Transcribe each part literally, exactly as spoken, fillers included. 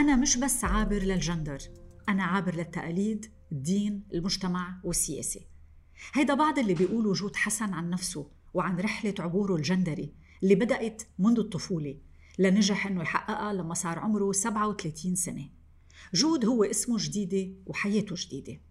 أنا مش بس عابر للجندر، أنا عابر للتقاليد، الدين، المجتمع والسياسة. هيدا بعض اللي بيقولوا جود حسن عن نفسه وعن رحلة عبوره الجندري اللي بدأت منذ الطفولة لنجح أنه يحققها لما صار عمره سبعة وثلاثين سنة. جود هو اسمه جديدة وحياته جديدة.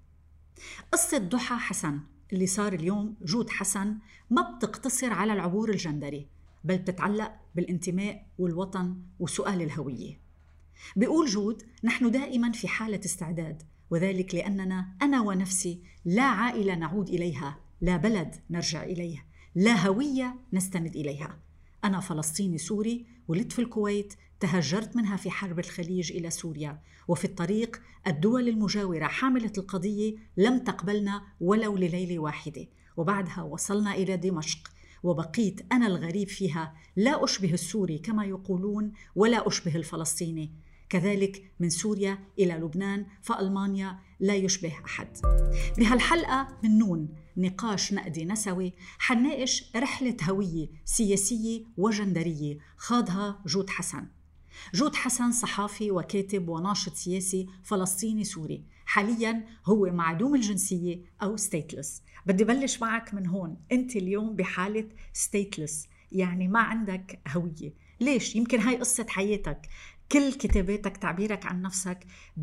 قصة ضحى حسن اللي صار اليوم جود حسن ما بتقتصر على العبور الجندري، بل بتتعلق بالانتماء والوطن وسؤال الهوية. بيقول جود: نحن دائما في حالة استعداد، وذلك لأننا أنا ونفسي لا عائلة نعود إليها، لا بلد نرجع إليه، لا هوية نستند إليها. أنا فلسطيني سوري، ولدت في الكويت، تهجرت منها في حرب الخليج إلى سوريا، وفي الطريق الدول المجاورة حاملة القضية لم تقبلنا ولو لليلة واحدة، وبعدها وصلنا إلى دمشق، وبقيت أنا الغريب فيها، لا أشبه السوري كما يقولون ولا أشبه الفلسطيني. كذلك من سوريا إلى لبنان فألمانيا لا يشبه أحد. بهالحلقة من نون نقاش نقدي نسوي حنناقش رحلة هوية سياسية وجندرية خاضها جود حسن. جود حسن صحافي وكاتب وناشط سياسي فلسطيني سوري، حالياً هو معدوم الجنسية أو ستيتلس. بدي بلش معك من هون، أنت اليوم بحالة ستيتلس، يعني ما عندك هوية. ليش؟ يمكن هاي قصة حياتك، كل كتاباتك تعبيرك عن نفسك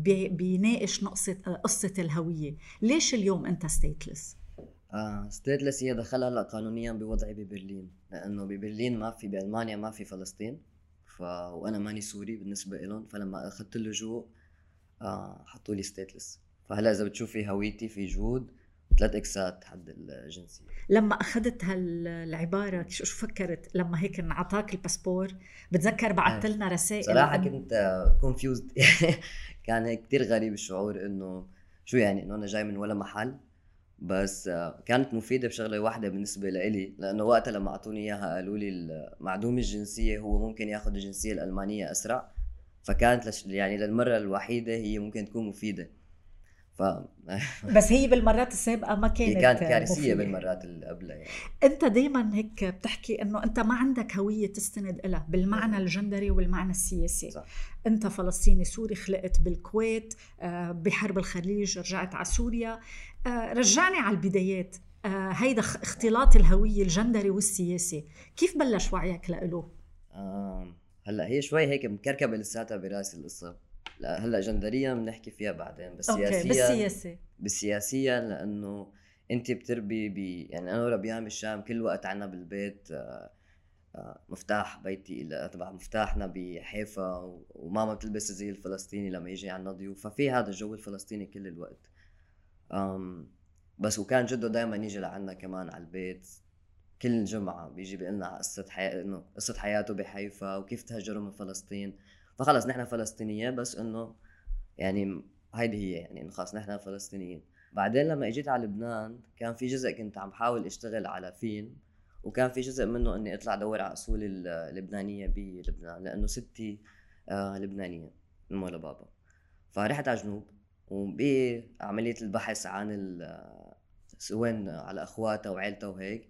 بيناقش نقصة قصة الهوية. ليش اليوم أنت ستيتلس؟ آه ستيتلس هي دخلها هلا قانونيا بوضعي ببرلين، لأنه ببرلين ما في، بألمانيا ما في فلسطين، ف... وأنا ماني سوري بالنسبة إلهم، فلما أخذت اللجوء آه حطوا لي ستيتلس. فهلا إذا بتشوفي هويتي في جود ثلاث إكسات حد الجنسية. لما أخذت هالعبارة شو فكرت لما هيك انعطاك الباسبور؟ بتذكر بعثت لنا رسائل. صراحة كنت كونفيوزد كان كتير غريب الشعور إنه شو يعني إنه أنا جاي من ولا محل، بس كانت مفيدة بشغلة واحدة بالنسبة لإلي، لأنه وقتها لما أعطوني إياها قالوا لي معدوم الجنسية هو ممكن ياخد الجنسية الألمانية أسرع، فكانت لش يعني للمرة الوحيدة هي ممكن تكون مفيدة. ف... بس هي بالمرات السابقة ما كانت، هي كانت كارثية بالمرات اللي قبلها. يعني أنت دايما هيك بتحكي إنه أنت ما عندك هوية تستند إلها بالمعنى الجندري والمعنى السياسي. صح. أنت فلسطيني سوري، خلقت بالكويت، بحرب الخليج رجعت على سوريا. رجعني على البدايات، هيدا اختلاط الهوية الجندري والسياسي كيف بلش وعيك لإله؟ آه هلا هي شوي هيك مكركبة لساتها براسي القصة. لا هلا جندريا بنحكي فيها بعدين، بس سياسيا بالسياسي بالسياسيا لانه انت بتربي بي يعني انا ولا بيام الشام كل وقت عنا بالبيت آآ آآ مفتاح بيتي الى تبع مفتاحنا بحيفا، وماما بتلبس زي الفلسطيني لما يجي عنا ضيوف، ففي هذا الجو الفلسطيني كل الوقت. أم بس وكان جده دائما يجي لعنا كمان على البيت كل جمعة، بيجي بيقلنا قصة حياة انه قصة حياته بحيفا وكيف تهجروا من فلسطين. فخلص نحن فلسطينيين، بس انه يعني هيدي هي يعني انه خلص نحن فلسطينيين. بعدين لما اجيت على لبنان كان في جزء كنت عم حاول اشتغل على فيلم، وكان في جزء منه اني اطلع ادور على اصولي اللبنانية بلبنان، لانه ستي آه لبنانية من مولا بابا. فرحت على جنوب وبعملية البحث عن وين على اخواتها وعيلتها وهيك،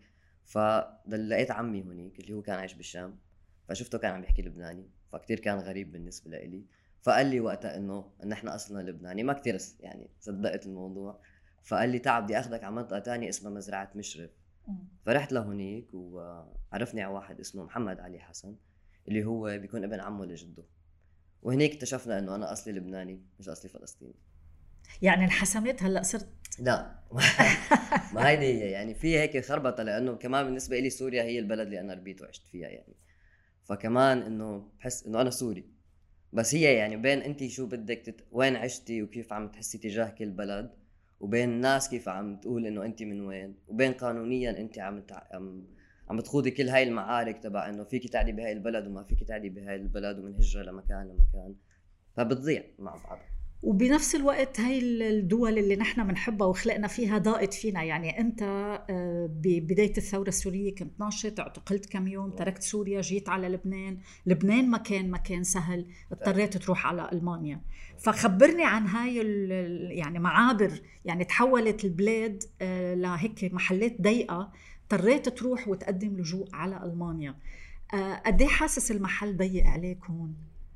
فلقيت عمي هونيك اللي هو كان عايش بالشام، فشفته كان عم يحكي لبناني، فكتير كان غريب بالنسبة لإلي. فقال لي وقتها انه ان احنا اصلنا لبناني، ما كتير يعني صدقت الموضوع. فقال لي تعال بدي اخذك على منطقة تانية اسمها مزرعة مشرف. فرحت لهونيك وعرفني على واحد اسمه محمد علي حسن اللي هو بيكون ابن عمه لجده، وهنيك اكتشفنا انه انا اصلي لبناني مش اصلي فلسطيني. يعني انحسمت هلا صرت لا ما هيدي هي يعني في هيك خربطه، لانه كمان بالنسبه لي سوريا هي البلد اللي انا ربيت وعشت فيها، يعني فكمان انه بحس انه انا سوري. بس هي يعني بين انتي شو بدك تت... وين عشتي وكيف عم تحسي تجاه كل بلد، وبين الناس كيف عم تقول انه انتي من وين، وبين قانونيا انتي عم تع... عم عم تخوضي كل هاي المعارك تبع انه فيكي تعدي بهاي البلد وما فيكي تعدي بهاي البلد، ومن هجرة لمكان لمكان، فبتضيع مع بعض. وبنفس الوقت هاي الدول اللي نحن منحبها وخلقنا فيها ضاقت فينا. يعني أنت ببداية الثورة السورية كنت ناشط، اعتقلت كم يوم، تركت سوريا، جيت على لبنان. لبنان ما كان مكان سهل، اضطريت تروح على ألمانيا. فخبرني عن هاي يعني معابر، يعني تحولت البلاد لهيك محلات ضيقة، اضطريت تروح وتقدم لجوء على ألمانيا. قد ايه حاسس المحل ضيق عليك هون؟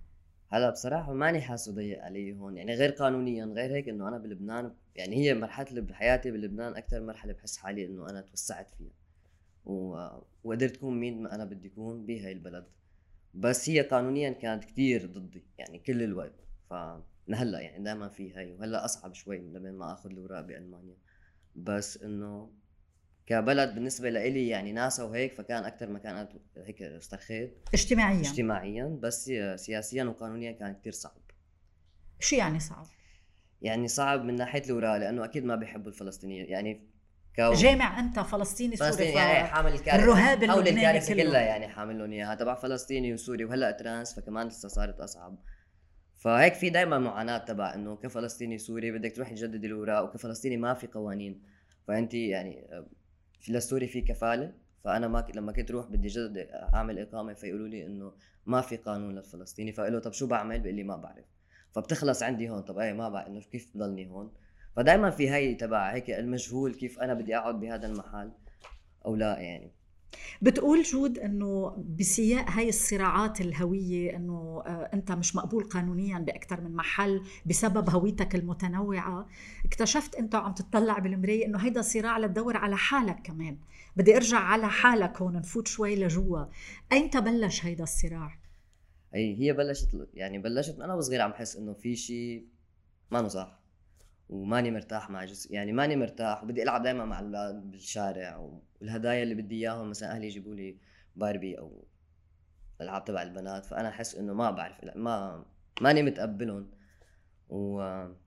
هلا بصراحة ماني حاسه ضيق علي هون، يعني غير قانونيا غير هيك انه انا بلبنان، يعني هي مرحلة بحياتي بلبنان اكثر مرحلة بحس حالي انه انا توسعت فيها و... وقدرت اكون مين ما انا بدي اكون بهاي البلد. بس هي قانونيا كانت كتير ضدي يعني كل الوقت، فهلا يعني دائما في هاي، وهلا اصعب شوي من لما ما اخذ الاوراق بالمانيا. بس انه كبلد بالنسبة لإلي يعني ناسا وهيك، فكان أكتر مكان أنا هيك استرخيت اجتماعيا. اجتماعيا، بس سياسيا وقانونيا كان كتير صعب. شو يعني صعب؟ يعني صعب من ناحية الوراء، لأنه أكيد ما بيحبوا الفلسطينيين، يعني كو جامع أنت فلسطيني سوري، فلسطيني يعني حامل الكارثة، الرهاب حول اللبناني الكارثة كله كلها يعني حامل لهم إياها تبع فلسطيني وسوري وهلأ ترانس، فكمان لسه صارت أصعب. فهيك في دايما معاناة تبع إنه كفلسطيني سوري بدك تروح تجدد الوراء، وكفلسطيني ما في قوانين. فأنت يعني في للسوري في كفالة، فانا ما ك... لما كنت روح بدي جد اعمل اقامه فيقولوا لي انه ما في قانون للفلسطيني، فقال له طب شو بعمل؟ بيقول لي ما بعرف. فبتخلص عندي هون، طب اي ما بعرف انه كيف بضلني هون. فدائما في هاي تبع هيك المجهول، كيف انا بدي اقعد بهذا المحل او لا. يعني بتقول جود انه بسياق هاي الصراعات الهويه انه انت مش مقبول قانونيا باكثر من محل بسبب هويتك المتنوعه، اكتشفت انت عم تطلع بالمرايه انه هيدا صراع لتدور على حالك كمان. بدي ارجع على حالك هون، نفوت شوي لجوا. ايمتى بلش هيدا الصراع؟ هي هي بلشت يعني بلشت من انا وصغير عم حس انه في شيء ما صح، وماني مرتاح مع جسمي، يعني ماني مرتاح وبدي العب دائما مع الاولاد بالشارع، والهدايا اللي بدي اياهم مثلا اهلي يجيبوا لي باربي او العاب تبع البنات، فانا احس انه ما بعرف ما ماني متقبلهم. و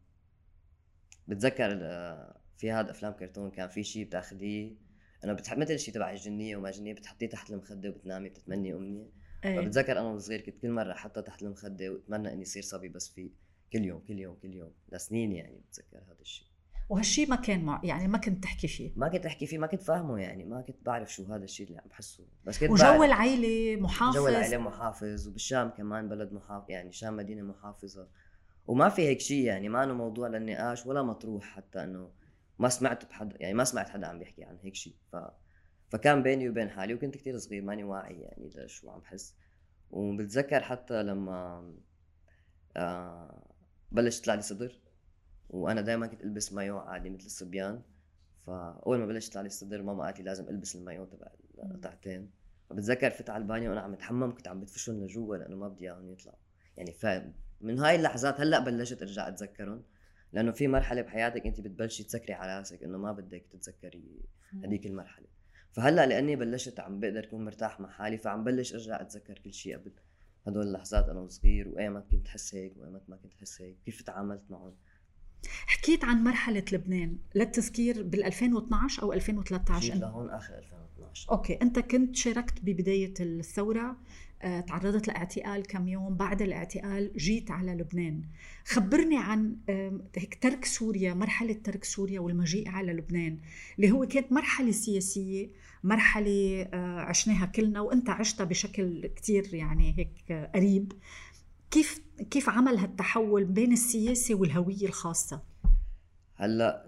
بتذكر في هذا افلام كرتون كان في شيء بتاخديه انا بتحب مثل شيء تبع الجنيه وما جنيه، بتحطيه تحت المخده وبتنامي بتتمني امنيه. ايه. فبتذكر انا وصغير كنت كل مره احطها تحت المخده واتمنى اني يصير صبي، بس في كل يوم كل يوم كل يوم لسنين يعني بتذكر هذا الشيء. وهالشي ما كان مع يعني ما كنت تحكي فيه؟ ما كنت احكي فيه، ما كنت فاهمه، يعني ما كنت بعرف شو هذا الشيء اللي عم بحسه، بس كنت وجو بعرف. العيله محافظ، جو العيله محافظ، وبالشام كمان بلد محافظ، يعني الشام مدينه محافظه، وما في هيك شيء، يعني ما انه موضوع للنقاش ولا مطروح، حتى انه ما سمعت بحد، يعني ما سمعت حدا عم بيحكي عن هيك شيء. ف... فكان بيني وبين حالي، وكنت كتير صغير ماني واعي يعني لشو عم بحس. وبتذكر حتى لما آه بلش يطلع لي صدر، وانا دائما كنت البس مايو عادي مثل الصبيان، فاول ما بلش يطلع لي الصدر ماما قالت لي لازم البس المايو تبع القطعتين. فبتذكر فت على البانيو وانا عم اتحمم، كنت عم بدفشهم لجوا لانه ما بدي اياهم يطلعوا. يعني فاهم من هاي اللحظات هلا بلشت ارجع اتذكرهم، لانه في مرحله بحياتك انت بتبلشي تسكري على راسك انه ما بدك تتذكري هذيك المرحله. فهلا لاني بلشت عم بقدر اكون مرتاح مع حالي، فعم بلش ارجع اتذكر كل شيء قبل هدول اللحظات انا وصغير، وايمت كنت حس هيك وايمت ما كنت حس هيك، كيف تعاملت معهم. حكيت عن مرحلة لبنان للتذكير بال ألفين واثنعش أو ألفين وثلاثة عشر. جيت لهون آخر ألفين واثنعش. أوكي، أنت كنت شاركت ببداية الثورة، آه، تعرضت لاعتقال كم يوم، بعد الاعتقال جيت على لبنان. خبرني عن آه، هيك ترك سوريا، مرحلة ترك سوريا والمجيء على لبنان، اللي هو كانت مرحلة سياسية، مرحلة آه، عشناها كلنا وأنت عشتها بشكل كتير يعني هيك آه، قريب. كيف كيف عمل هالتحول بين السياسة والهوية الخاصة؟ هلا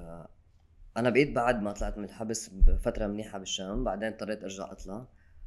انا بقيت بعد ما طلعت من الحبس بفتره منيحه بالشام، بعدين اضطريت ارجع اطلع.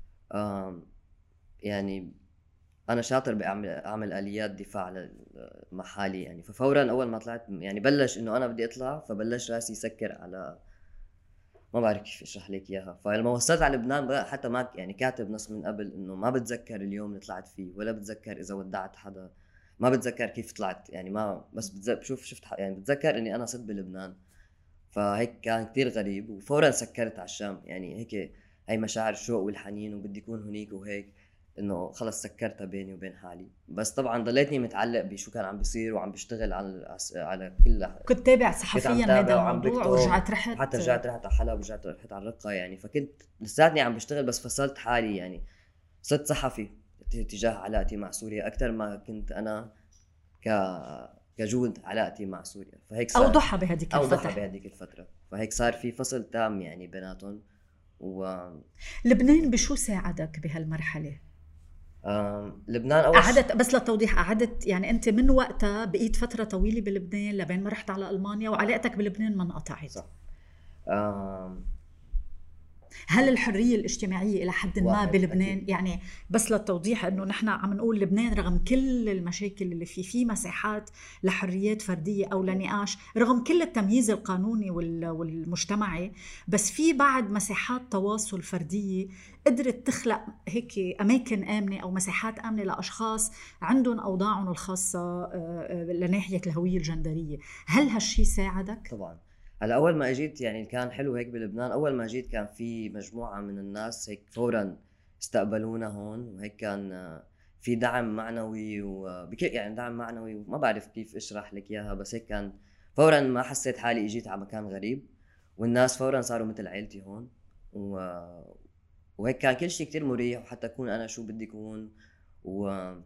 يعني انا شاطر باعمل اعمل اليات دفاع لمحالي، يعني ففورا اول ما طلعت يعني بلش انه انا بدي اطلع، فبلش راسي يسكر على ما بعرف كيف اشرح لك اياها. فلما وصلت على لبنان بقى حتى ما يعني كاتب نص من قبل انه ما بتذكر اليوم اللي طلعت فيه، ولا بتذكر اذا ودعت حدا، ما بتذكر كيف طلعت، يعني ما بس بتذكر شوف شفت يعني بتذكر اني انا صرت بلبنان. فهيك كان كتير غريب، وفورا سكرت على الشام، يعني هيك هاي مشاعر الشوق والحنين وبدي يكون هنيك وهيك، انه خلص سكرتها بيني وبين حالي. بس طبعا ضليتني متعلق بشو كان عم بيصير، وعم بشتغل على على كل، كنت تابع صحفيا هذا الموضوع ورجعت رحت، حتى رجعت رحت على حلب ورجعت رحت على الرقة، يعني فكنت لساتني عم بشتغل، بس فصلت حالي، يعني صرت صحفي تجاه علاقتي مع سوريا اكثر ما كنت انا ك كجود علاقتي مع سوريا. فهيك صار اوضحها بهذيك الفتره اوضحها بهذيك الفتره، فهيك صار في فصل تام يعني بيناتهم. و لبنان بشو ساعدك بهالمرحله؟ لبنان اول قعدت بس للتوضيح، قعدت يعني انت من وقتها بقيت فتره طويله بلبنان لبين ما رحت على المانيا، وعلاقتك بلبنان ما انقطعت. صح. هل الحرية الاجتماعية إلى حد ما بلبنان أكيد. يعني بس للتوضيح أنه نحن عم نقول لبنان رغم كل المشاكل اللي فيه في مساحات لحريات فردية أو لنقاش رغم كل التمييز القانوني والمجتمعي، بس في بعد مساحات تواصل فردية قدرت تخلق هيك أماكن آمنة أو مساحات آمنة لأشخاص عندهم أوضاعهم الخاصة لناحية الهوية الجندرية. هل هالشي ساعدك؟ طبعا. هلا اول ما اجيت يعني كان حلو هيك بلبنان، اول ما جيت كان في مجموعه من الناس هيك فورا استقبلونا هون، وهيك كان في دعم معنوي وبكل يعني دعم معنوي وما بعرف كيف اشرح لك اياها، بس هيك كان فورا ما حسيت حالي اجيت على مكان غريب، والناس فورا صاروا مثل عائلتي هون، و... وهيك كان كل شيء كتير مريح، وحتى اكون انا شو بدي اكون و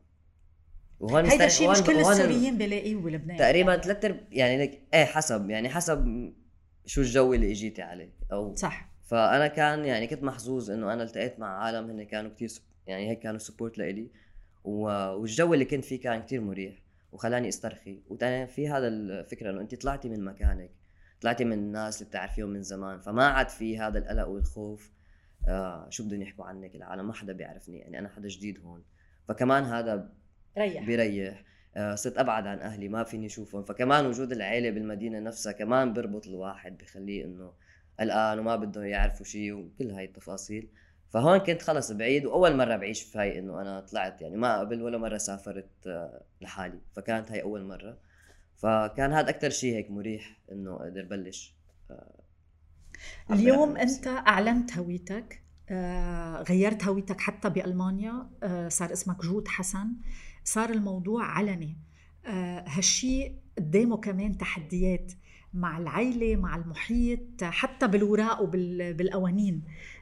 وهون هيدا الشيء مش كل السوريين بلاقيه بلبنان تقريبا ثلاث يعني, يعني لك ايه حسب يعني حسب شو الجو اللي اجيتي عليه او صح. فانا كان يعني كنت محظوظ انه انا التقيت مع عالم هن كانوا كتير يعني هيك كانوا سبورت لإلي، والجو اللي كنت فيه كان كتير مريح وخلاني استرخي. وتاني في هذا الفكره انه انت طلعتي من مكانك، طلعتي من الناس اللي بتعرفيهم من زمان، فما عاد في هذا القلق والخوف آه شو بدهم يحكوا عنك العالم، ما حدا بيعرفني يعني انا حدا جديد هون، فكمان هذا ريح. بيريح. آه صرت ابعد عن اهلي ما فيني اشوفهم، فكمان وجود العيله بالمدينه نفسها كمان بربط الواحد بخليه انه قلقان وما بدهم يعرفوا شيء وكل هاي التفاصيل. فهون كنت خلص بعيد، واول مره بعيش في هاي انه انا طلعت يعني ما قبل ولا مره سافرت آه لحالي، فكانت هاي اول مره، فكان هذا اكثر شيء هيك مريح انه اقدر بلش. آه اليوم انت اعلنت هويتك، آه غيرت هويتك حتى بألمانيا، آه صار اسمك جود حسن، صار الموضوع علني. آه هالشي قدامه كمان تحديات مع العيلة مع المحيط حتى بالوراق وبالقوانين.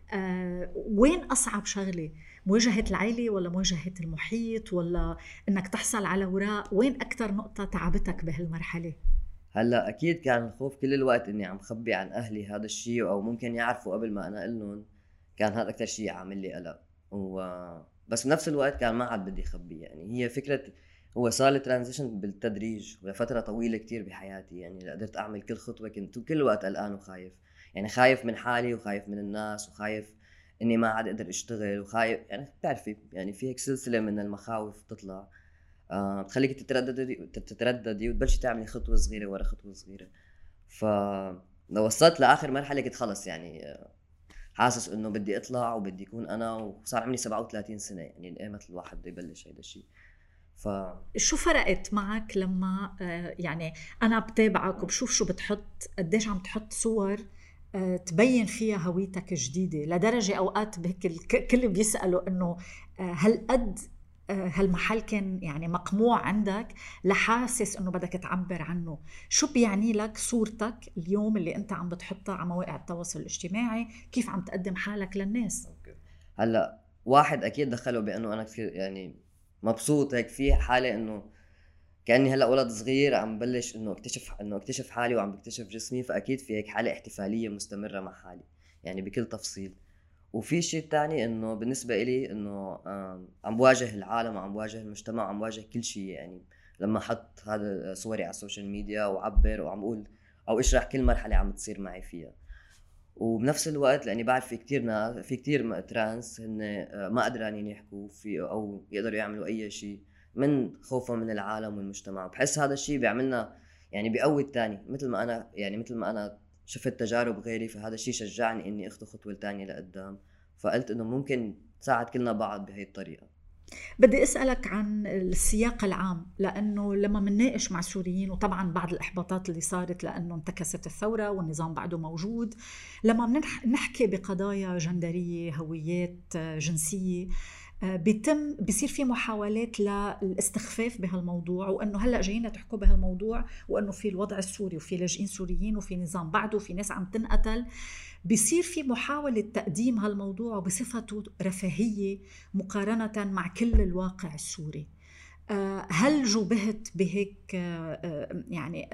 آه وين أصعب شغلة؟ مواجهة العيلة ولا مواجهة المحيط ولا إنك تحصل على وراق؟ وين أكتر نقطة تعبتك بهالمرحلة؟ هلا اكيد كان الخوف كل الوقت اني عم خبي عن اهلي هذا الشيء او ممكن يعرفوا قبل ما انا اقول لهم، كان هذا اكثر شيء عامل لي قلق. و بس بنفس الوقت كان ما عاد بدي اخبي، يعني هي فكره هو صار لي ترانزيشن بالتدريج ولفتره طويله كتير بحياتي، يعني قدرت اعمل كل خطوه كنت كل وقت قلقان وخايف، يعني خايف من حالي وخايف من الناس وخايف اني ما عاد اقدر اشتغل وخايف يعني بتعرفي يعني في هيك سلسله من المخاوف تطلع آه بتخليك تترددي تترددي وتبلشي تعملي خطوه صغيره ورا خطوه صغيره. ف لو وصلت لاخر مرحله كنت خلص يعني حاسس انه بدي اطلع وبدي اكون انا، وصار عمري سبعة وثلاثين سنه يعني ايمت الواحد بده يبلش هيدا الشيء. ف شو فرقت معك لما يعني انا بتابعك وبشوف شو بتحط، قديش عم تحط صور تبين فيها هويتك الجديده، لدرجه اوقات بهيك الكل بيسالوا انه هل قد هالمحل كان يعني مقموع عندك لحاسس انه بدك تعبر عنه؟ شو بيعني لك صورتك اليوم اللي انت عم بتحطها على مواقع التواصل الاجتماعي؟ كيف عم تقدم حالك للناس؟ هلا واحد اكيد دخله بانه انا كثير يعني مبسوط هيك في حالة انه كأني هلا ولد صغير عم بلش انه اكتشف انه اكتشف حالي وعم بكتشف جسمي، فاكيد في هيك حالة احتفالية مستمرة مع حالي يعني بكل تفصيل. وفي شيء تاني انه بالنسبة إلي انه عم بواجه العالم وعم بواجه المجتمع وعم بواجه كل شيء، يعني لما حط هذا صوري على السوشيال ميديا وعبر وعم اقول او اشرح كل مرحلة عم تصير معي فيها. وبنفس الوقت لاني بعرف في كتير ناس في كتير ترانس هن ما قدرانين يحكوا في او يقدروا يعملوا اي شيء من خوفهم من العالم والمجتمع، بحس هذا الشيء بيعملنا يعني بيقوي الثاني، مثل ما انا يعني مثل ما انا شفت تجارب غيري، فهذا الشيء شجعني اني اخذ خطوه ثانيه لقدام، فقلت انه ممكن نساعد كلنا بعض بهي الطريقه. بدي أسألك عن السياق العام، لأنه لما منناقش مع سوريين وطبعا بعد الإحباطات اللي صارت لأنه انتكست الثورة والنظام بعده موجود، لما نحكي بقضايا جندرية هويات جنسية بيتم بيصير في محاولات للاستخفاف بهالموضوع، وانه هلا جايين تحكوا بهالموضوع وانه في الوضع السوري وفي لاجئين سوريين وفي نظام بعده وفي ناس عم تنقتل، بيصير في محاولة تقديم هالموضوع بصفته رفاهية مقارنة مع كل الواقع السوري. هل جوبهت بهيك يعني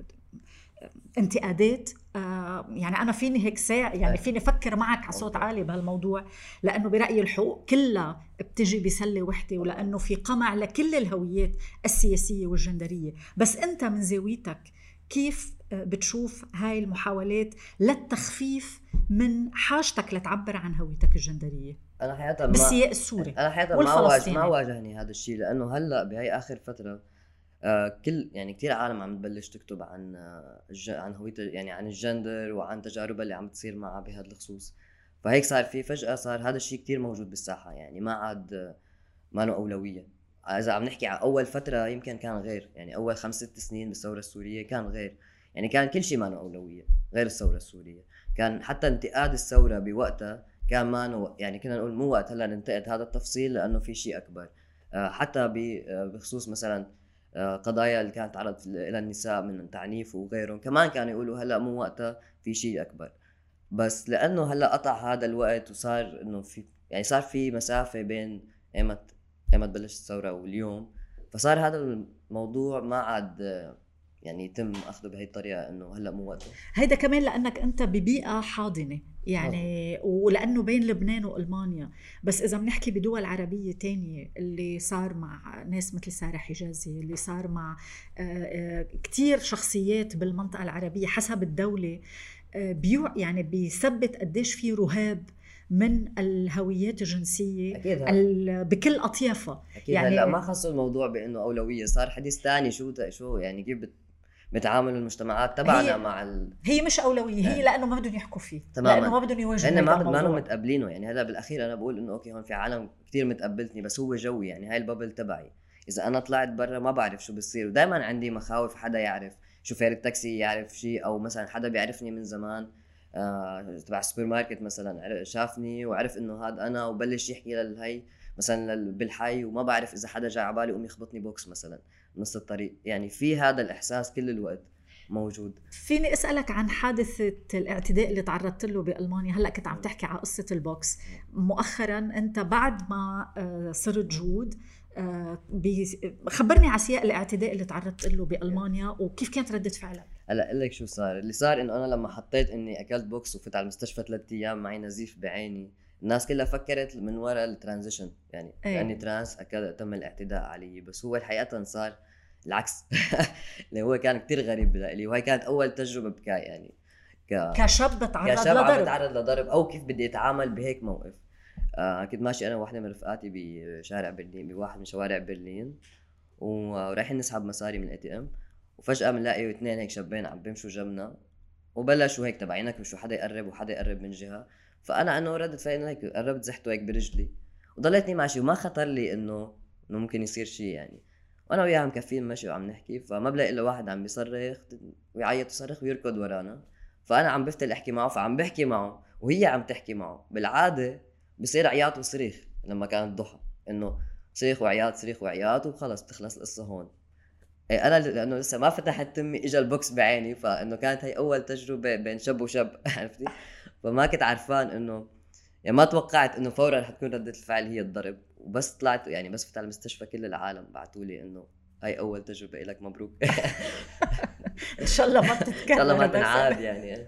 انتقادات؟ يعني أنا فيني هيك ساعة يعني فيني أفكر معك على صوت عالي بهالموضوع، لأنه برأيي الحقوق كلها بتجي بسلة وحدة، ولأنه في قمع لكل الهويات السياسية والجندرية، بس أنت من زاويتك كيف بتشوف هاي المحاولات للتخفيف من حاجتك لتعبر عن هويتك الجندرية انا حقيقة ما بالسياق السوري انا حقيقة ما واجه ما واجهني هذا الشيء، لانه هلا بهي اخر فترة آه كل يعني كتير عالم عم تبلش تكتب عن آه الج... عن هويته، يعني عن الجندر وعن تجاربها اللي عم تصير معها بهذا الخصوص. فهيك صار في فجأة صار هذا الشيء كتير موجود بالساحة، يعني ما عاد آه ما له أولوية. إذا عم نحكي عن أول فترة يمكن كان غير، يعني أول خمس ست سنين بالثورة السورية كان غير، يعني كان كل شيء ما له أولوية غير الثورة السورية. كان حتى انتقاد الثورة بوقتها كان ما نو... يعني كنا نقول مو وقت هلا ننتقد هذا التفصيل لأنه في شيء أكبر. آه حتى بخصوص مثلا قضايا اللي كانت تعرض إلى النساء من تعنيف وغيرهم كمان كانوا يقولوا هلأ مو وقتها، في شيء أكبر. بس لأنه هلأ قطع هذا الوقت وصار إنه في يعني صار في مسافة بين إيمت إيمت بلشت الثورة واليوم، فصار هذا الموضوع ما عاد يعني يتم أخذه بهي الطريقة إنه هلأ مو وقته. هيدا كمان لأنك أنت ببيئة حاضنة يعني أوه. ولأنه بين لبنان وألمانيا. بس إذا بنحكي بدول عربية تانية اللي صار مع ناس مثل سارة حجازي، اللي صار مع كتير شخصيات بالمنطقة العربية حسب الدولة، بيوع يعني بيثبت قديش في رهاب من الهويات الجنسية بكل أطيافها. يعني لا ما خصوا الموضوع بأنه أولوية، صار حديث تاني شو شو يعني كيف بتعامل المجتمعات تبعنا مع ال... هي مش أولوية، هي لأنه ما بدهم يحكوا فيه، تماماً. لأنه ما بدهم يواجهوا هذا الموضوع، ما ما متقبلينه. يعني هذا بالأخير أنا بقول إنه أوكي هون في عالم كتير متقبلتني، بس هو جوي، يعني هاي البابل تبعي. إذا أنا طلعت برا ما بعرف شو بصير، ودائما عندي مخاوف حدا يعرف، شوفير التاكسي يعرف شيء، أو مثلا حدا بيعرفني من زمان آه تبع السوبر ماركت مثلا شافني وعرف إنه هذا أنا وبلش يحكي للهي مثلا بالحي، وما بعرف إذا حدا جاي عبالي قوم يخبطني بوكس مثلا نص الطريق. يعني في هذا الإحساس كل الوقت موجود. فيني أسألك عن حادثة الاعتداء اللي تعرضت له بألمانيا؟ هلأ كنت عم تحكي على قصة البوكس مؤخرا، أنت بعد ما صرت جود خبرني على سياق الاعتداء اللي تعرضت له بألمانيا وكيف كانت ردة فعلك. هلا اقول لك شو صار. اللي صار انه انا لما حطيت اني اكلت بوكس وفت على المستشفى ثلاثة ايام معي نزيف بعيني، الناس كلها فكرت من وراء الترانزيشن يعني أيه. لاني ترانس اكل تم الاعتداء علي، بس هو الحقيقه صار العكس. اللي هو كان كتير غريب لي، وهي كانت اول تجربه بكاي يعني ك... كشاب بتعرض لضرب بتعرض لضرب او كيف بدي اتعامل بهيك موقف. آه كنت ماشي انا وواحده من رفقاتي بشارع برلين، بواحد من شوارع برلين، ورايحين نسحب مصاري من الاي تي ام، وفجاه بنلاقي اثنين هيك شابين عم بيمشوا جنبنا، وبلشوا هيك تبعينك مشوا حدا يقرب وحدا يقرب من جهه. فانا انه ردت فعلي هيك قربت زحته هيك برجلي وضليتني ماشي، وما خطر لي انه انه ممكن يصير شيء يعني. وانا وياها مكفين ماشي وعم نحكي، فما بلاقي الا واحد عم بيصرخ ويعيط ويصرخ ويركض ورانا، فانا عم بفتل احكي معه، فعم بحكي معه وهي عم تحكي معه. بالعاده بصير عياط وصريخ لما كانت ضحى، انه صريخ وعياط صريخ وعياط وخلص بتخلص القصه هون. اي انا لانه لسه ما فتحت تمي اجى البوكس بعيني، فانه كانت هي اول تجربه بين شاب وشاب. عرفتي؟ فما كنت عارفان انه يعني ما توقعت انه فورا رح تكون ردة الفعل هي الضرب، وبس طلعت يعني بس فتح المستشفى كل العالم بعثوا لي انه هاي اول تجربه لك مبروك. ان شاء الله ما تتكرر، ان شاء الله ما تنعاد يعني.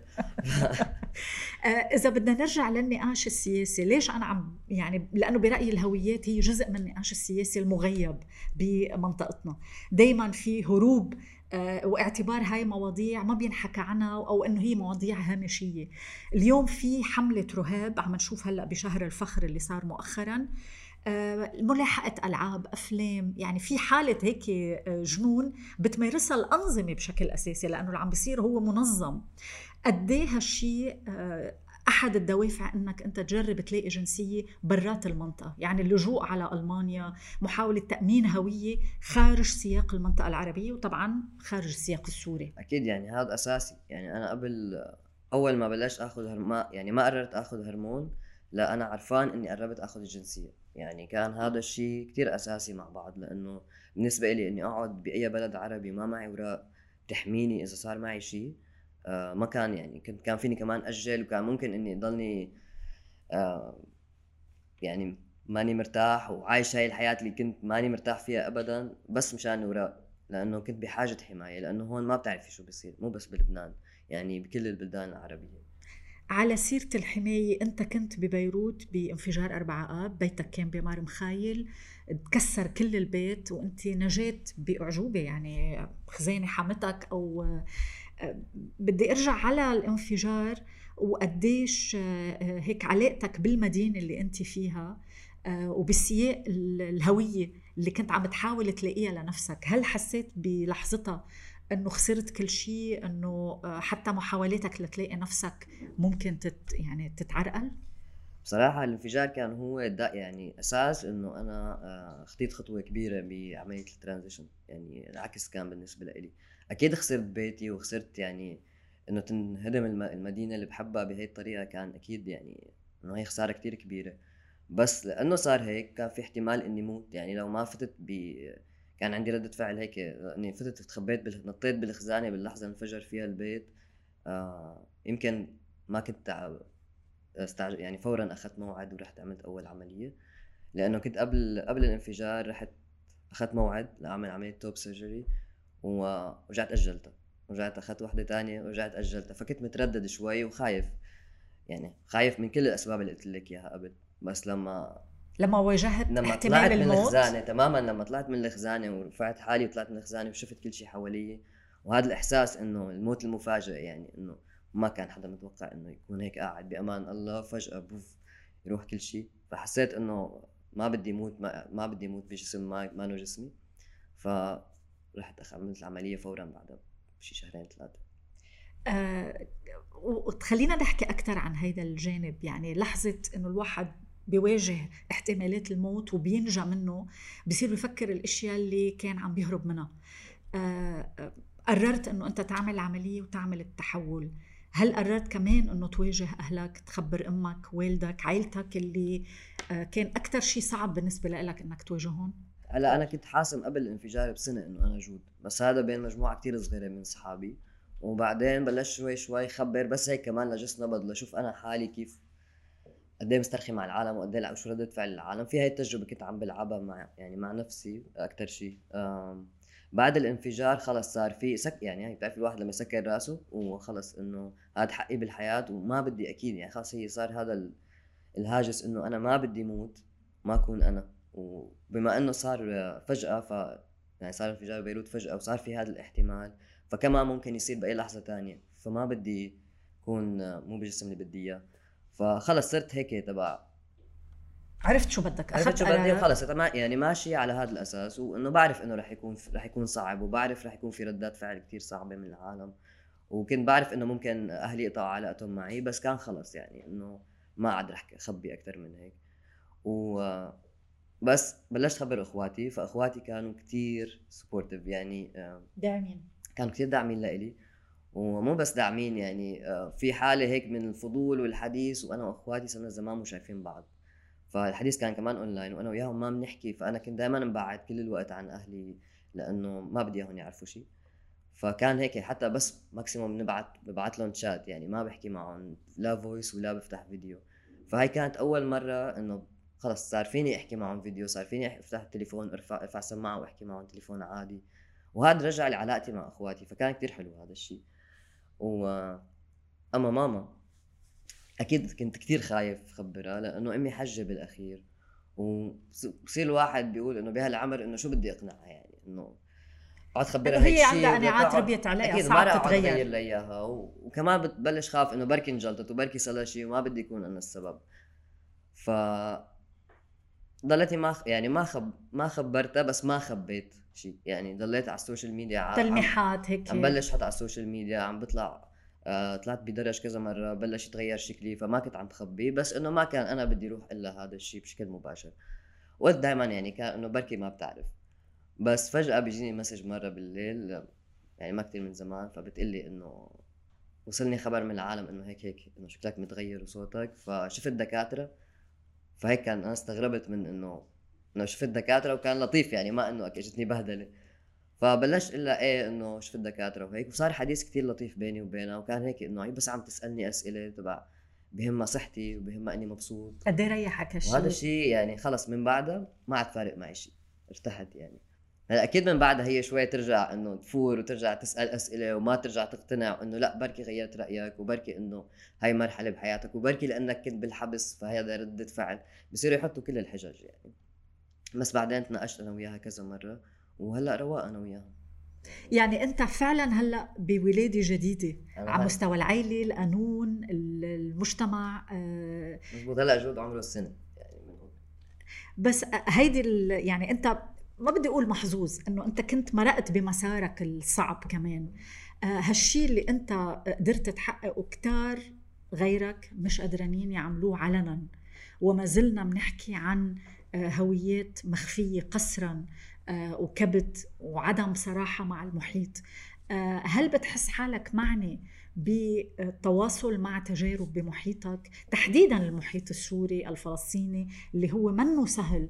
إذا بدنا نرجع للنقاش السياسي، ليش أنا عم يعني لأنه برأيي الهويات هي جزء من النقاش السياسي المغيب بمنطقتنا. دايما في هروب واعتبار هاي مواضيع ما بينحكى عنها أو أنه هي مواضيع هامشية. اليوم في حملة رهاب عم نشوف هلأ بشهر الفخر اللي صار مؤخرا، ملاحقة ألعاب أفلام، يعني في حالة هيك جنون بتمارسها الأنظمة بشكل أساسي لأنه اللي عم بيصير هو منظم. قديه هالشيء أحد الدوافع أنك أنت تجرب تلاقي جنسية برات المنطقة، يعني اللجوء على ألمانيا، محاولة تأمين هوية خارج سياق المنطقة العربية وطبعا خارج السياق السوري. أكيد يعني هذا أساسي. يعني أنا قبل أول ما بلشت أخذ هرمون، يعني ما قررت أخذ هرمون، لا أنا عرفان أني قربت أخذ الجنسية. يعني كان هذا الشيء كتير أساسي مع بعض، لأنه بالنسبة لي أني أقعد بأي بلد عربي ما معي وراء تحميني إذا صار معي شيء آه ما كان يعني كنت كان فيني كمان أجل، وكان ممكن إني ضلني آه يعني ماني مرتاح وعايش هاي الحياة اللي كنت ماني مرتاح فيها أبدا بس مشان وراء، لأنه كنت بحاجة حماية، لأنه هون ما بتعرفي شو بيصير، مو بس بلبنان يعني بكل البلدان العربية. على سيرة الحماية، أنت كنت ببيروت بانفجار أربعة آب، بيتك كان بمار مخايل، تكسر كل البيت وأنت نجيت بأعجوبة، يعني خزانة حمتك أو بدي ارجع على الانفجار وقديش هيك علاقتك بالمدينة اللي انت فيها وبالسياق الهوية اللي كنت عم تحاول تلاقيها لنفسك. هل حسيت بلحظتها انه خسرت كل شيء، انه حتى محاولاتك لتلاقي نفسك ممكن تت يعني تتعرقل؟ بصراحة الانفجار كان هو دا يعني أساس إنه أنا خطيت خطوة كبيرة بعملية الترانزيشن. يعني العكس كان بالنسبة لي، أكيد خسرت بيتي وخسرت يعني إنه تنهدم المدينة اللي بحبها بهي الطريقة، كان أكيد يعني إنه هي خسارة كتير كبيرة. بس لأنه صار هيك كان في احتمال إني موت. يعني لو ما فتت ب كان عندي ردة فعل هيك إني فتت تخبيت بال... نطيت بالخزانة باللحظة انفجر فيها البيت، آه يمكن ما كنت استعج... يعني فورا اخذت موعد ورحت عملت اول عمليه. لانه كنت قبل قبل الانفجار رحت اخذت موعد لاعمل عمليه توب سيرجري ورجعت اجلتها، رجعت اخذت واحده تانية ورجعت اجلتها. فكنت متردد شوي وخايف، يعني خايف من كل الاسباب اللي قلت لك اياها قبل. بس لما لما واجهت لما احتمال طلعت من الموت الخزانه تماما، لما طلعت من الخزانه ورفعت حالي وطلعت من الخزانه وشفت كل شيء حوالي، وهذا الاحساس انه الموت المفاجئ، يعني انه ما كان حدا متوقع انه يكون هيك قاعد بامان الله فجاه بوف يروح كل شيء. فحسيت انه ما بدي موت، ما, ما بدي موت بجسم ما ما له جسمي. فرحت عملت العمليه فورا بعدها بشي شهرين ثلاثه. آه، وتخلينا نحكي اكثر عن هيدا الجانب. يعني لحظه انه الواحد بيواجه احتمالات الموت وبينجى منه، بصير بفكر الاشياء اللي كان عم بيهرب منها. آه، قررت انه انت تعمل عملية وتعمل التحول. هل قررت كمان انه تواجه اهلك، تخبر امك والدك عائلتك اللي آه كان اكتر شيء صعب بالنسبة لك انك تواجههم؟ هلا انا كنت حاسم قبل الانفجار بسنه انه انا جود، بس هذا بين مجموعه كتير صغيره من صحابي. وبعدين بلشت شوي شوي خبر، بس هيك كمان لجس نبض لشوف انا حالي كيف قد ايه مسترخي مع العالم وقد ايه شو ردة فعل العالم. في هاي التجربه كنت عم بلعبها مع يعني مع نفسي اكثر شيء. بعد الانفجار خلص صار في سك يعني هي بتعرف الواحد لما يسكر راسه وخلص انه هذا حقي بالحياه وما بدي اكيد يعني خلص هي صار هذا الهاجس انه انا ما بدي موت ما اكون انا. وبما انه صار فجاه ف يعني صار انفجار بيروت فجاه وصار في هذا الاحتمال، فكمان ممكن يصير باي لحظه تانية، فما بدي اكون مو بالجسم اللي بدي اياه. فخلص صرت هيك تبع عرفت شو بدك، عرفت شو اخذت بدي قرار. وخلص يعني ماشي على هذا الاساس، وانه بعرف انه رح يكون رح يكون صعب، وبعرف رح يكون في ردات فعل كتير صعبه من العالم، وكنت بعرف انه ممكن اهلي يقطعوا علاقتهم معي. بس كان خلص يعني انه ما عاد رح اخبي اكثر من هيك. و بس بلشت خبر اخواتي، فاخواتي كانوا كتير سبورتيف يعني داعمين، كانوا كتير داعمين لإلي. ومو بس داعمين يعني في حالة هيك من الفضول والحديث، وانا واخواتي صرنا زمان مو شايفين بعض، فالحديث كان كمان اونلاين وانا وياهم ما بنحكي. فانا كنت دائما مبعد كل الوقت عن اهلي لانه ما بدي اياهم يعرفوا شيء. فكان هيك حتى بس ماكسيموم بنبعت ببعت لهم شات، يعني ما بحكي معهم لا فويس ولا بفتح فيديو. فهي كانت اول مره انه خلص صار فيني احكي معهم فيديو، صار فيني افتح التليفون ارفع ارفع سماعه واحكي معهم تليفون عادي. وهذا رجع لي علاقتي مع اخواتي، فكان كتير حلو هذا الشيء. و اما ماما اكيد كنت كتير خايف خبرها لانه امي حجه بالاخير، وبصير الواحد بيقول انه بهالعمر انه شو بدي اقنعها، يعني انه اقعد خبرها هيك هي عندها شيء بدها قناعات تقعد ربيت عليها اكيد ما صعب راح اقعد اغير تتغير. لها اياها. و... وكمان بتبلش خاف انه بركي انجلطت وبركي صار شيء وما بدي يكون انا السبب. ف ضلتي ما خ... يعني ما خب ما خبرتها، بس ما خبيت شيء. يعني ضليت على السوشيال ميديا ع... عم تلميحات هيك. عم بلش حط على السوشيال ميديا عم بطلع. آه طلعت بدرج كذا مرة بلش يتغير شكلي، فما كنت عم بخبيه، بس انه ما كان انا بدي روح الا هذا الشيء بشكل مباشر. وقلت دائما يعني كان انه بركي ما بتعرف. بس فجأة بيجيني مسج مرة بالليل، يعني ما كتير من زمان، فبتقلي انه وصلني خبر من العالم انه هيك هيك انه شكلك متغير وصوتك. فشفت دكاترة، فهيك كان انا استغربت من انه انه شفت دكاترة وكان لطيف، يعني ما انه اجتني بهدلة. فبلشت الا ايه انه شفت دكاتره وهيك، وصار حديث كتير لطيف بيني وبينها. وكان هيك انه هي بس عم تسالني اسئله تبع بهمها صحتي وبهمها اني مبسوط. قد ايه ريحك وهذا هالشيء؟ الشيء يعني خلص من بعدها ما عاد فارق معي شيء، ارتحت يعني. هلا اكيد من بعدها هي شوي ترجع انه تفور وترجع تسال اسئله وما ترجع تقتنع انه لا بركي غيرت رايك، وبركي انه هاي مرحله بحياتك، وبركي لانك كنت بالحبس فهذا رده فعل. بصيروا يحطوا كل الحجج يعني. بس بعدين تناقشت انا وياها كذا مره، وهلا رواق انا وياها. يعني أنت فعلا هلأ بولادة جديدة أنا على هاي مستوى العائلة، القانون، المجتمع. آه، مزبوط. هلا جود عمره السنة يعني من هون. بس هيدي ال- يعني أنت ما بدي أقول محظوظ إنه أنت كنت مرقت بمسارك الصعب كمان. آه، هالشي اللي أنت قدرت تحققه كتار غيرك مش قدرانين يعملوه علنا، وما زلنا بنحكي عن آه، هويات مخفية قسرا، آه، وكبت وعدم صراحة مع المحيط. آه، هل بتحس حالك معني بالتواصل مع تجارب بمحيطك، تحديدا المحيط السوري الفلسطيني اللي هو منه سهل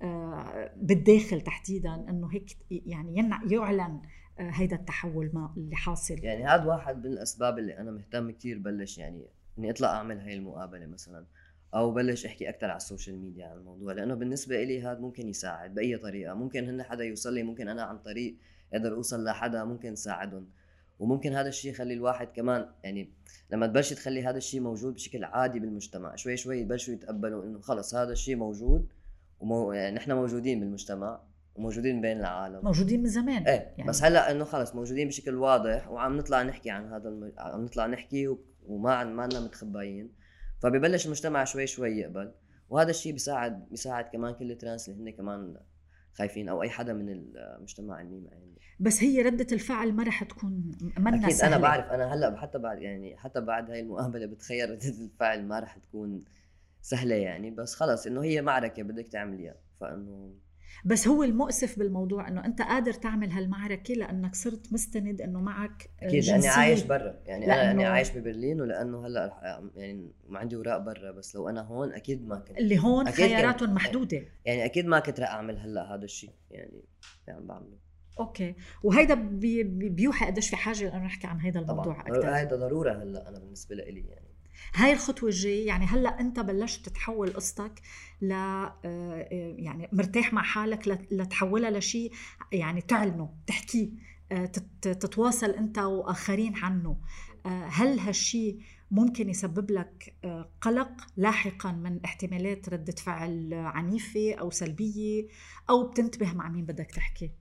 آه، بالداخل تحديدا، انه هيك يعني ينع- يعلن آه، هيدا التحول ما اللي حاصل؟ يعني هذا واحد من الأسباب اللي أنا مهتم كتير بلش يعني إني أطلع أعمل هاي المقابلة مثلا، أو بلش أحكي أكتر على السوشيال ميديا عن الموضوع، لأنه بالنسبة إلي هذا ممكن يساعد بأي طريقة. ممكن هن حدا يوصل لي، ممكن أنا عن طريق أقدر أوصل لحدا ممكن ساعدهم. وممكن هذا الشيء يخلي الواحد كمان يعني لما تبلش تخلي هذا الشيء موجود بشكل عادي بالمجتمع، شوي شوي يبلشوا يتقبلوا إنه خلص هذا الشيء موجود، ومو يعني نحن موجودين بالمجتمع وموجودين بين العالم. موجودين من زمان ايه يعني. بس هلا انه خلص موجودين بشكل واضح وعم نطلع نحكي عن هذا الم... عم نطلع نحكي و... وما عن ما لنا متخبيين، فببلش المجتمع شوي شوي يقبل. وهذا الشيء بيساعد بيساعد كمان كل الترانس اللي هن كمان خايفين، او اي حدا من المجتمع اللي يعني. بس هي ردة الفعل ما رح تكون منا اكيد سهلة. انا بعرف، انا هلا حتى بعد يعني حتى بعد هاي المقابله بتخيل ردة الفعل ما رح تكون سهله يعني، بس خلص انه هي معركه بدك تعمليها. فانه بس هو المؤسف بالموضوع انه انت قادر تعمل هالمعركة لانك صرت مستند انه معك آه، اكيد لاني عايش جنسية. برا، يعني انا لاني لانه عايش ببرلين، ولانه هلا رح- يعني ما عندي اوراق برا. بس لو انا هون اكيد ما كنت، اللي هون اكيد كنت خياراتهم محدودة. يعني اكيد ما كنت رح اعمل هلا هذا الشيء يعني اللي عم بعمله. اوكي، وهيدا بي بي- بيوحي قديش في حاجة انه نحكي عن هيدا الموضوع طبعا اكثر. هذا ضروره هلا انا بالنسبه لي يعني. هاي الخطوة الجاية يعني هلأ أنت بلشت تتحول قصتك ل آه، آه، يعني مرتاح مع حالك لت- لتحولها لشيء يعني تعلنه، تحكيه، آه، تت- تتواصل أنت وآخرين عنه. آه، هل هالشيء ممكن يسبب لك آه، قلق لاحقا من احتمالات ردة فعل عنيفة أو سلبية، أو بتنتبه مع مين بدك تحكي؟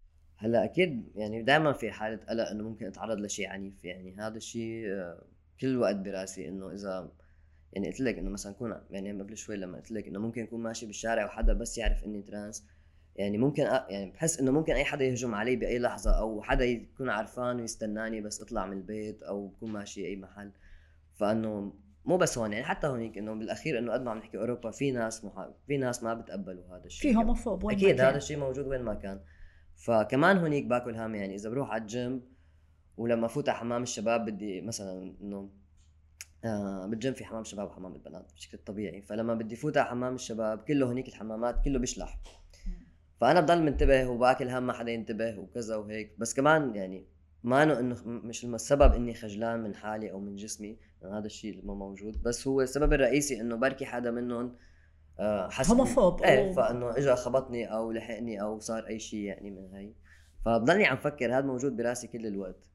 هلا اكيد يعني دائما في حاله قلق انه ممكن اتعرض لشيء عنيف. يعني هذا الشيء آه، كل الوقت براسي، انه اذا يعني قلت لك انه مثلا كون يعني قبل شوي لما قلت لك انه ممكن اكون ماشي بالشارع وحدا بس يعرف اني ترانس، يعني ممكن أ... يعني بحس انه ممكن اي حدا يهجم علي باي لحظه، او حدا يكون عرفان ويستناني بس اطلع من البيت او بكون ماشي اي محل. فانه مو بس هون يعني حتى هونيك، انه بالاخير انه قد ما عم نحكي اوروبا في ناس محا... في ناس ما بتقبلوا هذا الشيء. في هوموفوب وين ما اكيد هذا كان. الشيء موجود وين ما كان. فكمان هونيك باكل هم، يعني اذا بروح على الجيم ولما فوت على حمام الشباب بدي مثلا انه آه بالجيم في حمام شباب وحمام البنات بشكل طبيعي، فلما بدي فوت على حمام الشباب كله هنيك الحمامات كله بيشلح، فانا بضل منتبه وباكل هم ما حدا ينتبه وكذا وهيك. بس كمان يعني ما انه انه مش السبب اني خجلان من حالي او من جسمي، هذا الشيء مو موجود، بس هو السبب الرئيسي انه بركي حدا منهم آه حس هوموفوب ايه، و... فانه اجى خبطني او لحقني او صار اي شيء يعني من هاي. فبضلني عم فكر، هذا موجود براسي كل الوقت.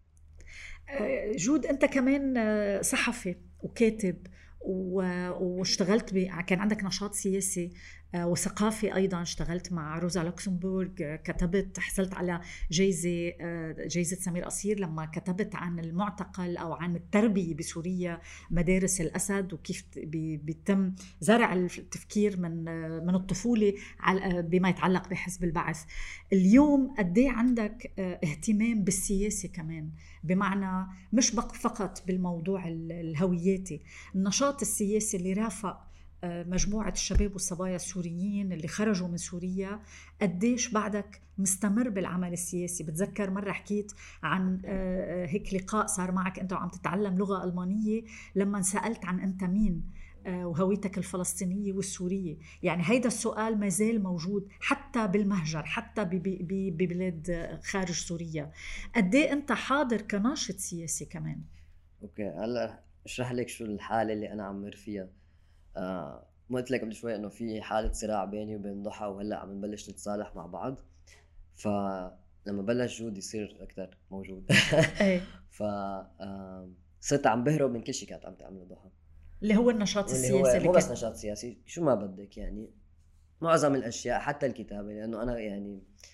آه، جود أنت كمان آه، صحفي وكاتب و- واشتغلت ب... كان عندك نشاط سياسي آه، وثقافي أيضا. اشتغلت مع روزا لوكسمبورغ، آه، كتبت، حصلت على جايزة آه، جايزة سمير قصير لما كتبت عن المعتقل أو عن التربية بسوريا، مدارس الأسد، وكيف بي- بيتم زرع التفكير من آه، من الطفولة على- آه، بما يتعلق بحزب البعث. اليوم قد ايه عندك آه، اهتمام بالسياسة كمان، بمعنى مش بق فقط بالموضوع ال- الهوياتي، النشاط السياسي اللي رافق آه، مجموعة الشباب والصبايا السوريين اللي خرجوا من سوريا. قديش بعدك مستمر بالعمل السياسي؟ بتذكر مرة حكيت عن آه، آه، هيك لقاء صار معك أنت وعم تتعلم لغة ألمانية، لما سألت عن أنت مين آه، وهويتك الفلسطينية والسورية. يعني هيدا السؤال ما زال موجود حتى بالمهجر، حتى ب- ب- ب- ببلاد آه، خارج سوريا. قد ايه انت حاضر كناشط سياسي كمان؟ اوكي هلا اشرح لك شو الحاله اللي انا عم مر فيها. آه ما قلت لك قبل شوي انه في حاله صراع بيني وبين ضحى، وهلا عم نبلش نتصالح مع بعض. فلما بلش جود يصير اكثر موجود ايه، ف آه صرت عم بهرب من كل شيء كانت عم تعمله ضحى، اللي هو النشاط واللي السياسي هو اللي مو بس كان. نشاط سياسي، شو ما بدك يعني معظم الاشياء حتى الكتابه. لانه انا يعني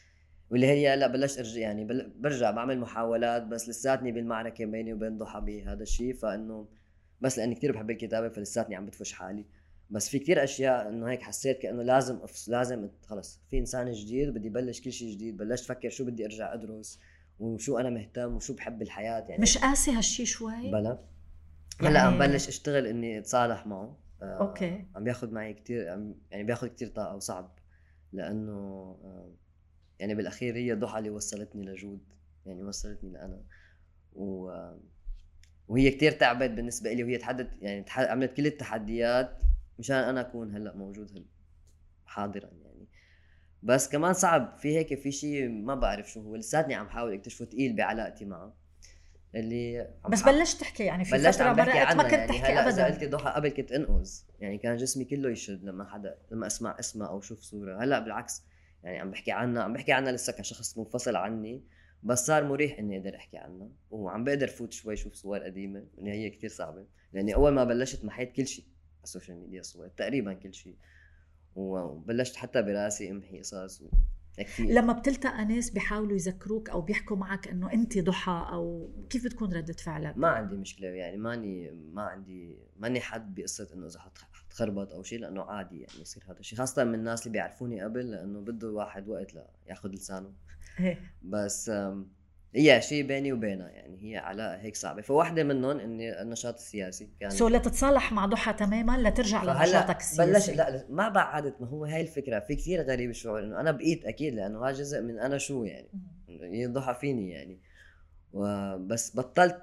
واللي هي لا بلشت ارجع يعني بل... برجع بعمل محاولات، بس لساتني بالمعركه بيني وبين ضحى بهذا الشيء. فانه بس لاني كتير بحب الكتابه فلساتني عم بدفش حالي. بس في كتير اشياء انه هيك حسيت كانه لازم أفص... لازم خلص في انسان جديد بدي بلش كل شيء جديد. بلشت افكر شو بدي ارجع ادرس وشو انا مهتم وشو بحب الحياه يعني. مش قاسي هالشي شوي؟ بلا يعني هلا عم بلش اشتغل اني اتصالح معه. اوكي. آه عم بياخذ معي كتير عم يعني بياخذ كتير طاقه وصعب، لانه آه يعني بالاخير هي ضحى اللي وصلتني لجود، يعني وصلتني لانا. و... وهي كتير تعبت بالنسبه لي، وهي تحدت يعني تح... عملت كل التحديات مشان انا اكون هلا موجود هل... حاضرا يعني. بس كمان صعب في هيك في شيء ما بعرف شو هو، لساتني عم حاول اكتشفه، ثقيل بعلاقتي معه اللي عم بس بح... بلشت تحكي يعني في بلشت فترة عم بحكي مرقت ما عنها. كنت يعني تحكي هلا اذا ابدا. قلت ضحى قبل كنت انقز، يعني كان جسمي كله يشد لما حدا لما اسمع اسمها او شوف صوره. هلا بالعكس، يعني عم بحكي عنها عم بحكي عنها لسه كشخص منفصل عني، بس صار مريح اني اقدر احكي عنها. وعم بقدر فوت شوي شوف صور قديمه اللي هي كتير صعبه، لاني اول ما بلشت محيت كل شيء على السوشيال ميديا، صور تقريبا كل شيء، وبلشت حتى براسي امحي قصص و... كثير. لما بتلتقى ناس بيحاولوا يذكروك او بيحكوا معك انه انت ضحى، او كيف بتكون ردة فعلك؟ ما عندي مشكلة يعني، ماني ما عندي ماني حد بقصة انه اذا حتخربط او شيء، لانه عادي يعني يصير هذا الشيء، خاصة من الناس اللي بيعرفوني قبل، لانه بده الواحد وقت لياخذ لسانه. ايه. بس هي شيء بيني وبينها، يعني هي علاقة هيك صعبة. فواحدة منهم اني النشاط السياسي كان سو لا تتصالح مع ضحى تماما لترجع لنشاطك بلش السياسي. لا ما بعدت. ما هو هاي الفكرة، في كثير غريب الشعور انه انا بقيت اكيد، لانه هذا جزء من انا شو يعني يضحى فيني يعني. وبس بطلت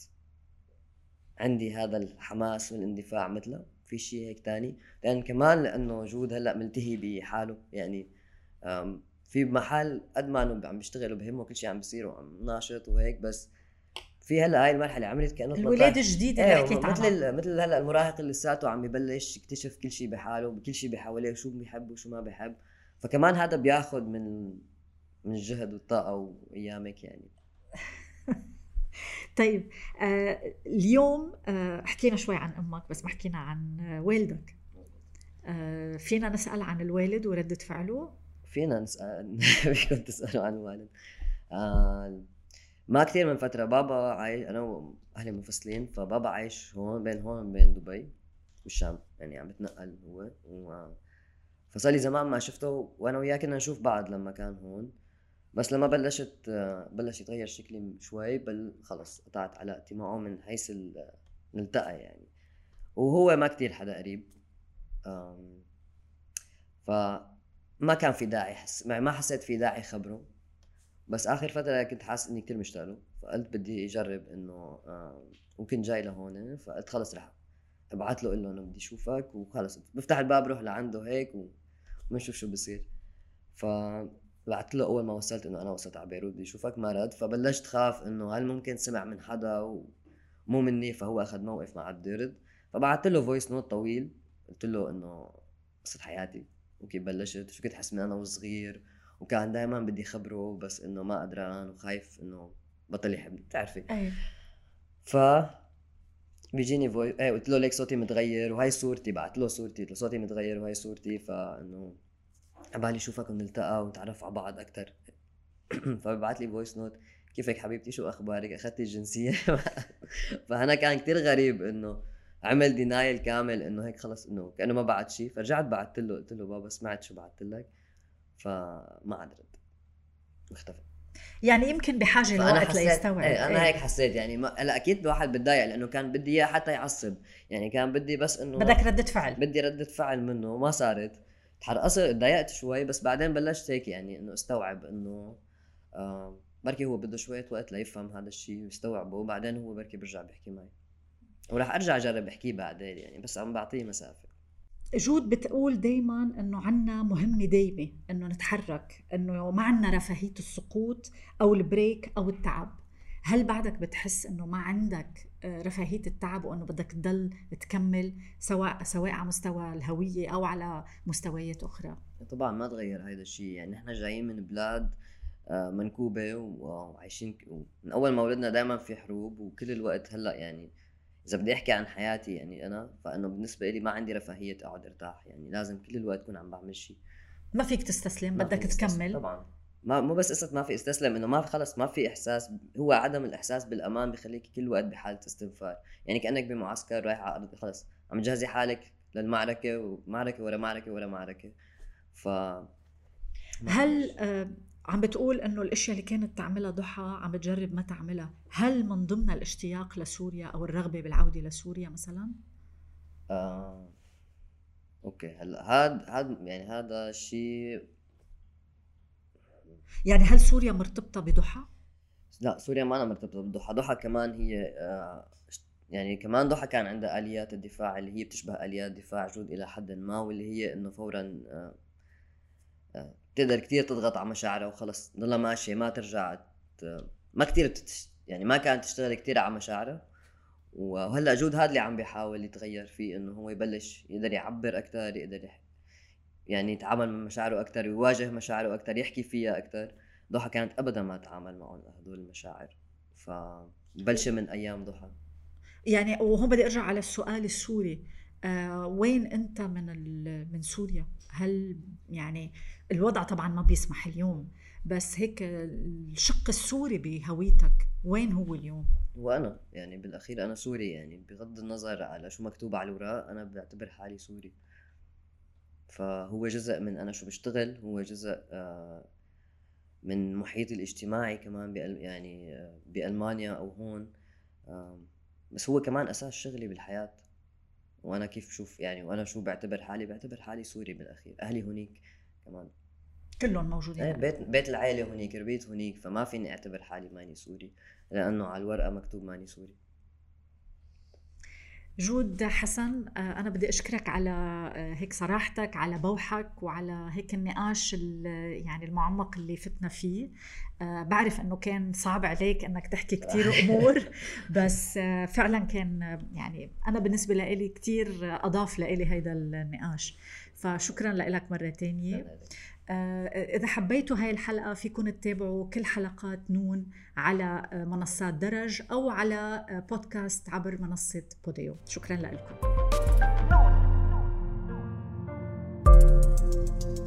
عندي هذا الحماس والاندفاع مثله في شيء هيك تاني. لأن كمان لأنه وجود هلأ ملتهي بحاله يعني، في محل قد ما انه عم بيشتغل وبهمه كل شيء عم بيصير وعم ناشط وهيك، بس في هلا هاي المرحله عملت كانه الولادة الجديدة اللي ايه حكيت عنها، مثل مثل هلا المراهق اللي لساته عم يبلش يكتشف كل شيء بحاله بكل شيء بحواليه، شو بيحب وشو ما بيحب. فكمان هذا بياخذ من من الجهد والطاقه وايامك يعني. طيب آه اليوم آه حكينا شوي عن امك، بس ما حكينا عن آه والدك. آه فينا نسأل عن الوالد وردة فعله؟ فينا نسأل فيكم تسألوا عن الوالد. آه ما كتير من فترة بابا عايش، أنا وأهلي منفصلين، فبابا عايش هون بين هون بين دبي والشام، يعني عم بتنقل هو و... فصار لي زمان ما شفته، وأنا وياه كنا نشوف بعض لما كان هون. بس لما بلشت بلش يتغير شكلي شوي، بل خلص قطعت علاقتي معه من حيث نلتقى يعني. وهو ما كتير حدا قريب، فما كان في داعي حس... ما حسيت في داعي خبره. بس آخر فترة كنت حاسس إني كتير مشتاق له، فقلت بدي أجرب إنه ممكن جاي لهون، فقلت خلص رح ابعت له، قل له أنا بدي أشوفك وخلص بفتح الباب روح لعنده هيك ونشوف شو بصير. فبعت له أول ما وصلت إنه أنا وصلت على بيروت بدي أشوفك، ما رد. فبلشت خاف إنه هل ممكن سمع من حدا ومو مني، فهو أخذ موقف مع عبد يرد. فبعت له فويس نوت طويل، قلت له إنه قصة حياتي وكيف بلشت، شو كنت حس من أنا وصغير، وكان دائما بدي خبره بس انه ما قدران وخايف انه بطل يحبني، بتعرفي. اي. ف بيجيني فويس ايه قلت له ليك صوتي متغير وهي صورتي، بعت له صورتي قلت له صوتي متغير وهي صورتي، فانه عبالي شوفك ونلتقى ونتعرف على بعض اكثر. فبعت لي فويس نوت كيفك حبيبتي شو اخبارك اخذتي الجنسيه؟ فانا كان كتير غريب انه عمل دينايل كامل انه هيك خلص انه كانه ما بعت شيء. فرجعت بعت له قلت له بابا سمعت شو بعت لك، فما عاد رد واختفى. يعني يمكن بحاجه لوقت ليستوعب. ايه انا هيك حسيت يعني ما... لا اكيد الواحد بتضايق، لانه كان بدي اياه حتى يعصب، يعني كان بدي بس انه بدك ردة فعل، بدي ردة فعل منه وما صارت. تحرقصت تضايقت شوي، بس بعدين بلشت هيك يعني انه استوعب انه آه بركي هو بده شويه وقت ليفهم هذا الشيء ويستوعبه، وبعدين هو بركي برجع بيحكي معي وراح ارجع اجرب احكيه بعدين يعني، بس عم بعطيه مسافه. جود بتقول دايما انه عنا مهمة دايمة انه نتحرك، انه ما عنا رفاهية السقوط او البريك او التعب. هل بعدك بتحس انه ما عندك رفاهية التعب، وانه بدك تضل تكمل سواء سواء على مستوى الهوية او على مستويات اخرى؟ طبعا ما تغير هذا الشيء، يعني احنا جايين من بلاد منكوبة وعايشين من اول ما ولدنا دائما في حروب وكل الوقت. هلا يعني إذا بدي أحكي عن حياتي يعني أنا، فإنه بالنسبة لي ما عندي رفاهية أقعد أرتاح، يعني لازم كل الوقت كون عم بعمل شيء. ما فيك تستسلم، بدك تكمل طبعا. ما مو بس قصة ما في استسلم، إنه ما في خلص ما في إحساس، هو عدم الإحساس بالأمان بيخليك كل وقت بحالة استنفار، يعني كأنك بمعسكر رايح على أرض خلص عم تجهزي حالك للمعركة ومعركة ورا معركة ورا معركة. ف هل آه عم بتقول انه الاشياء اللي كانت تعملها ضحى عم بتجرب ما تعملها، هل من ضمن الاشتياق لسوريا او الرغبة بالعودة لسوريا مثلا؟ آه... أوكي هلا هاد هاد يعني هذا الشيء. يعني هل سوريا مرتبطة بضحى؟ لا سوريا ما أنا مرتبطة بضحى، ضحى كمان هي آه... يعني كمان ضحى كان عندها آليات الدفاع اللي هي بتشبه آليات دفاع جود إلى حد ما، واللي هي إنه فورا آه... آه... تقدر كتير تضغط على مشاعرها وخلص ضلها ماشية ما ترجع ت... ما كتير تتش... يعني ما كانت تشتغل كتير على مشاعرها. وهلا جود هذا اللي عم بيحاول يتغير فيه، انه هو يبلش يقدر يعبر اكثر، يقدر يح... يعني يتعامل مع مشاعره اكثر، يواجه مشاعره اكثر، يحكي فيها اكثر. ضحى كانت ابدا ما تتعامل معهم هدول المشاعر، فبلش من ايام ضحى. يعني وهون بدي ارجع على السؤال السوري، آه وين انت من من سوريا؟ هل يعني الوضع طبعا ما بيسمح اليوم، بس هيك الشق السوري بهويتك وين هو اليوم؟ وانا يعني بالاخير انا سوري، يعني بغض النظر على شو مكتوب على الوراق انا بعتبر حالي سوري. فهو جزء من انا شو بشتغل، هو جزء آه من محيطي الاجتماعي كمان بأل يعني آه بألمانيا او هون. آه بس هو كمان اساس شغلي بالحياة. وانا كيف بشوف يعني، وانا شو بعتبر حالي، بعتبر حالي سوري بالاخير، اهلي هنيك كمان. كلهم موجودين ايه هنا. بيت بيت العائله هنيك، ربيت هنيك، فما فيني اعتبر حالي ماني سوري لانه على الورقه مكتوب ماني سوري. جود حسن، أنا بدي أشكرك على هيك صراحتك، على بوحك، وعلى هيك النقاش يعني المعمق اللي فتنا فيه. بعرف أنه كان صعب عليك أنك تحكي كتير أمور، بس فعلا كان يعني أنا بالنسبة لإلي كتير أضاف لإلي هيدا النقاش، فشكرا لك مرة تانية. إذا حبيتوا هاي الحلقة فيكن تتابعوا كل حلقات نون على منصات درج أو على بودكاست عبر منصة بوديو. شكرا لكم.